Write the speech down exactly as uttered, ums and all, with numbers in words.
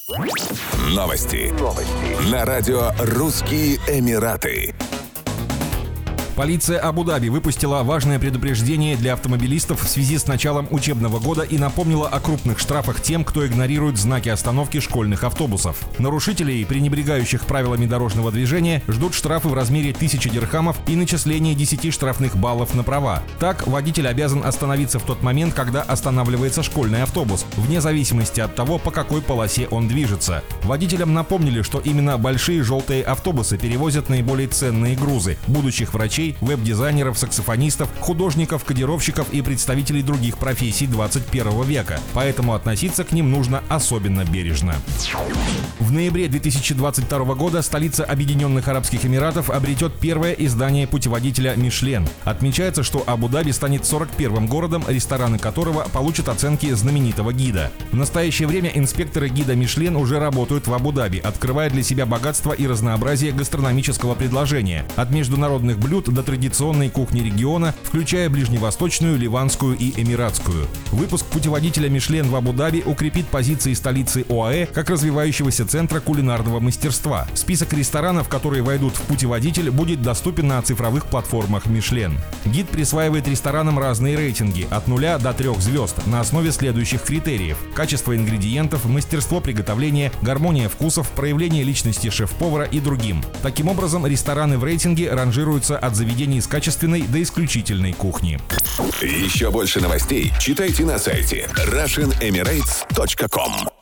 Новости. Новости. На радио «Русские Эмираты». Полиция Абу-Даби выпустила важное предупреждение для автомобилистов в связи с началом учебного года и напомнила о крупных штрафах тем, кто игнорирует знаки остановки школьных автобусов. Нарушителей, пренебрегающих правилами дорожного движения, ждут штрафы в размере тысячи дирхамов и начисление десяти штрафных баллов на права. Так, водитель обязан остановиться в тот момент, когда останавливается школьный автобус, вне зависимости от того, по какой полосе он движется. Водителям напомнили, что именно большие желтые автобусы перевозят наиболее ценные грузы – будущих врачей, веб-дизайнеров, саксофонистов, художников, кодировщиков и представителей других профессий двадцать первого века, поэтому относиться к ним нужно особенно бережно. В ноябре две тысячи двадцать второго года столица Объединенных Арабских Эмиратов обретет первое издание путеводителя «Мишлен». Отмечается, что Абу-Даби станет сорок первым городом, рестораны которого получат оценки знаменитого гида. В настоящее время инспекторы гида «Мишлен» уже работают в Абу-Даби, открывая для себя богатство и разнообразие гастрономического предложения, от международных блюд до традиционной кухни региона, включая ближневосточную, ливанскую и эмиратскую. Выпуск путеводителя «Мишлен» в Абу-Даби укрепит позиции столицы ОАЭ как развивающегося центра кулинарного мастерства. Список ресторанов, которые войдут в путеводитель, будет доступен на цифровых платформах «Мишлен». Гид присваивает ресторанам разные рейтинги – от нуля до трех звезд на основе следующих критериев: качество ингредиентов, мастерство приготовления, гармония вкусов, проявление личности шеф-повара и другим. Таким образом, рестораны в рейтинге ранжируются от заведений с качественной до исключительной кухни. Еще больше новостей читайте на сайте Russian Emirates точка ком.